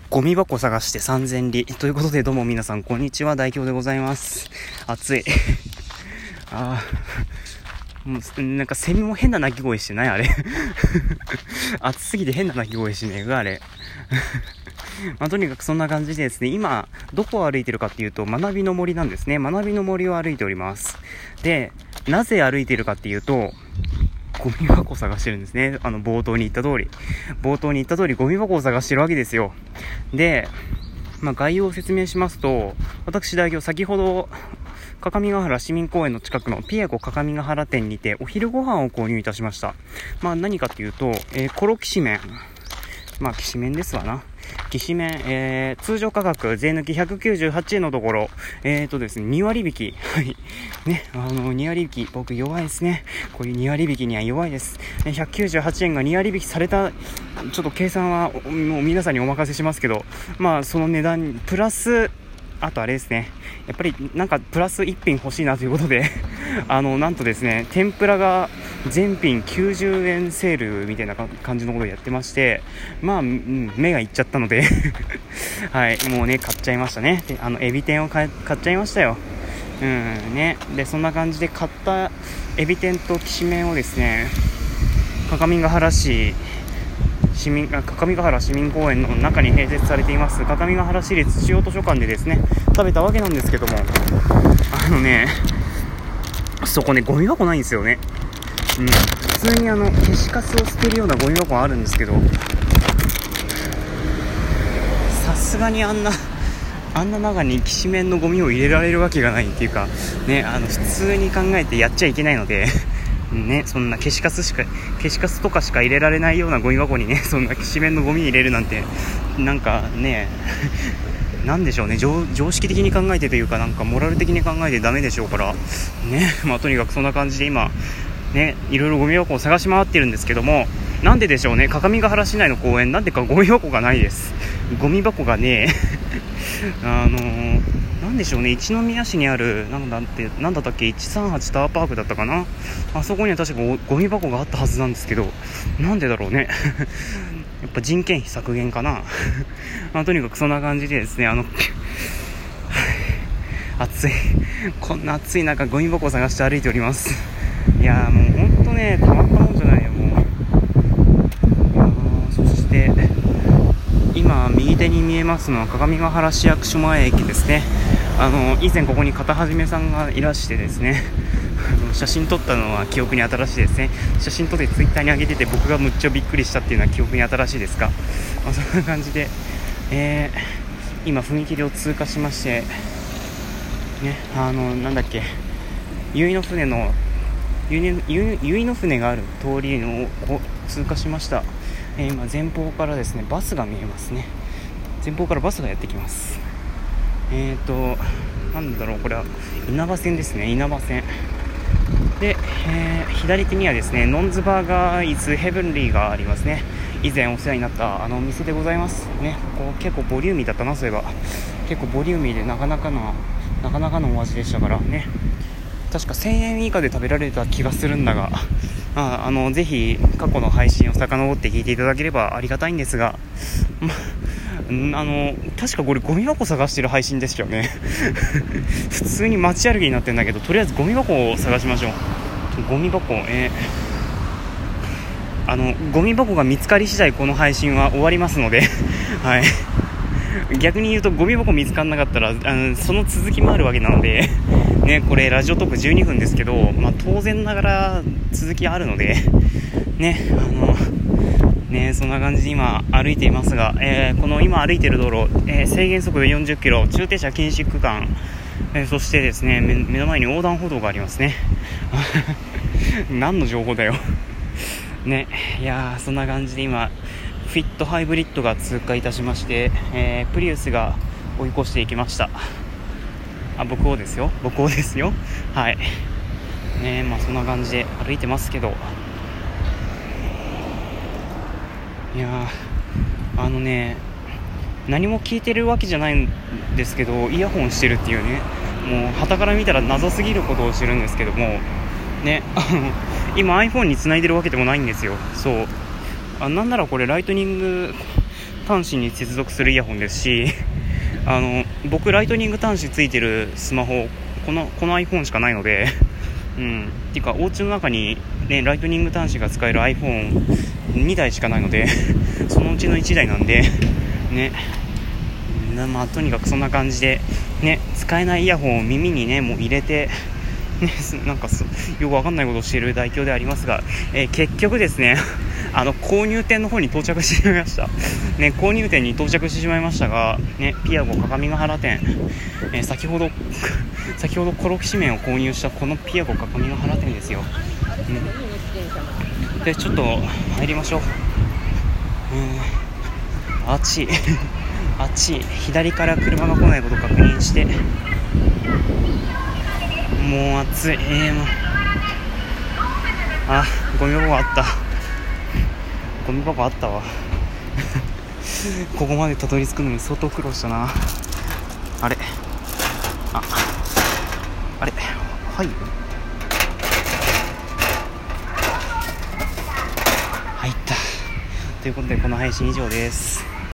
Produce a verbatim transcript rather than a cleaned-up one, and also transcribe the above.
ゴミ箱探してさんぜんりということで、どうも皆さんこんにちは、代表でございます。暑いあーもうなんかセミも変な鳴き声してないあれ暑すぎて変な鳴き声してねえがあれまあ、とにかくそんな感じでですね、今どこを歩いてるかっていうと学びの森なんですね。学びの森を歩いております。で、なぜ歩いてるかっていうと、ゴミ箱を探してるんですね。あの冒頭に言った通り冒頭に言った通りゴミ箱を探してるわけですよ。で、まあ、概要を説明しますと、私代表先ほど各務原市民公園の近くのピエコ各務原店にてお昼ご飯を購入いたしました。まあ何かっていうと、えー、コロきしめん、まあきしめんですわな。きしめん、えー、通常価格税抜きひゃくきゅうじゅうはちえんのところ、えーとですね、にわり引き。はい。ね、あの、にわり引き、僕弱いですね。こういうにわり引きには弱いです。ひゃくきゅうじゅうはちえんがにわり引きされた、ちょっと計算はもう皆さんにお任せしますけど、まあその値段、プラス、あとあれですね、やっぱりなんかプラスいっ品欲しいなということであのなんとですね、天ぷらが全品きゅうじゅうえんセールみたいな感じのことをやってまして、まあ、うん、目がいっちゃったのではい、もうね買っちゃいましたね。で、あのエビ天を買っちゃいましたよ。うんね。で、そんな感じで買ったエビ天ときしめんをですね、各務原市市民各務原市民公園の中に併設されています各務原市立中央図書館でですね食べたわけなんですけども、あのね、そこねゴミ箱ないんですよね。うん、普通にあの消しカスを捨てるようなゴミ箱はあるんですけど、さすがにあんなあんな中にきしめんのゴミを入れられるわけがないっていうかね、あの普通に考えてやっちゃいけないのでね、そんな消しカスしか消しカスとかしか入れられないようなゴミ箱にね、そんなきしめんのゴミ入れるなんてなんかねなんでしょうね、 常, 常識的に考えてというか、なんかモラル的に考えてダメでしょうからね。まあとにかくそんな感じで今ね、いろいろゴミ箱を探し回ってるんですけども、なんででしょうね、各務原市内の公園なんでかゴミ箱がないです。ゴミ箱がねあのーなんでしょうね、一宮市にあるなんだってなんだったっけ、いちさんはちタワーパークだったかな、あそこには確かゴミ箱があったはずなんですけど、なんでだろうねやっぱ人件費削減かなまあ、とにかくそんな感じでですね、あの暑いこんな暑い中ゴミ箱を探して歩いております。いやーもうほんとね、たまったもんじゃないよもう。そして今右手に見えますのは各務原市役所前駅ですね。あの以前ここに片はじめさんがいらしてですね写真撮ったのは記憶に新しいですね。写真撮ってツイッターに上げてて僕がむっちゃびっくりしたっていうのは記憶に新しいですか、まあ、そんな感じで、えー、今踏切を通過しましてね、あのなんだっけ、結の船の結の船がある通りのを通過しました。えー、今前方からですねバスが見えますね。前方からバスがやってきます。えーとなんだろう、これは稲葉線ですね。稲葉線で、えー、左手にはですねノンズバーガーイズヘブンリーがありますね。以前お世話になったあのお店でございますね。こう結構ボリューミーだったな、そういえば結構ボリューミーでなかなかのなかなかのお味でしたからね。確かせんえん以下で食べられた気がするんだが、ああのぜひ過去の配信を遡って聞いていただければありがたいんですが、まあの確かこれゴミ箱探してる配信ですよね普通に街歩きになってるんだけど、とりあえずゴミ箱を探しましょう。ゴミ箱、えー、あのゴミ箱が見つかり次第この配信は終わりますのではい、逆に言うとゴミ箱見つからなかったらあのその続きもあるわけなのでね、これラジオトークじゅうにふんですけど、まあ、当然ながら続きあるのでね、あのね、そんな感じで今歩いていますが、えー、この今歩いている道路、えー、制限速度よんじゅっキロ、駐停車禁止区間、えー、そしてですね 目, 目の前に横断歩道がありますね何の情報だよね。いやーそんな感じで今フィットハイブリッドが通過いたしまして、えー、プリウスが追い越していきました。あ、僕をですよ僕をですよはいね。まあそんな感じで歩いてますけど、いやーあのね何も聞いてるわけじゃないんですけどイヤホンしてるっていうね、もう傍から見たら謎すぎることをしてるんですけどもね、あの今 iPhone に繋いでるわけでもないんですよ。そう、あなんならこれライトニング端子に接続するイヤホンですし、あの僕ライトニング端子ついてるスマホこのこの iPhone しかないので、うんっていうかお家の中にねライトニング端子が使える アイフォンに 台しかないのでそのうちのいちだいなんでね、まあとにかくそんな感じでね、使えないイヤホンを耳にねもう入れてね、なんかよくわかんないことをしている代表でありますが、えー、結局ですねあの購入店の方に到着してしまいました、ね、購入店に到着してしまいましたが、ね、ピアゴ鏡ヶ原店、えー、先ほど先ほどコロキシメンを購入したこのピアゴ鏡ヶ原店ですよ、うん、でちょっと入りましょう。うん、あっちあっち左から車が来ないことを確認して、もう暑い、えー、もうあ、ゴミ箱あったゴミ箱あったわここまでたどり着くのに相当苦労したな。あれああれはい入ったということで、この配信以上です。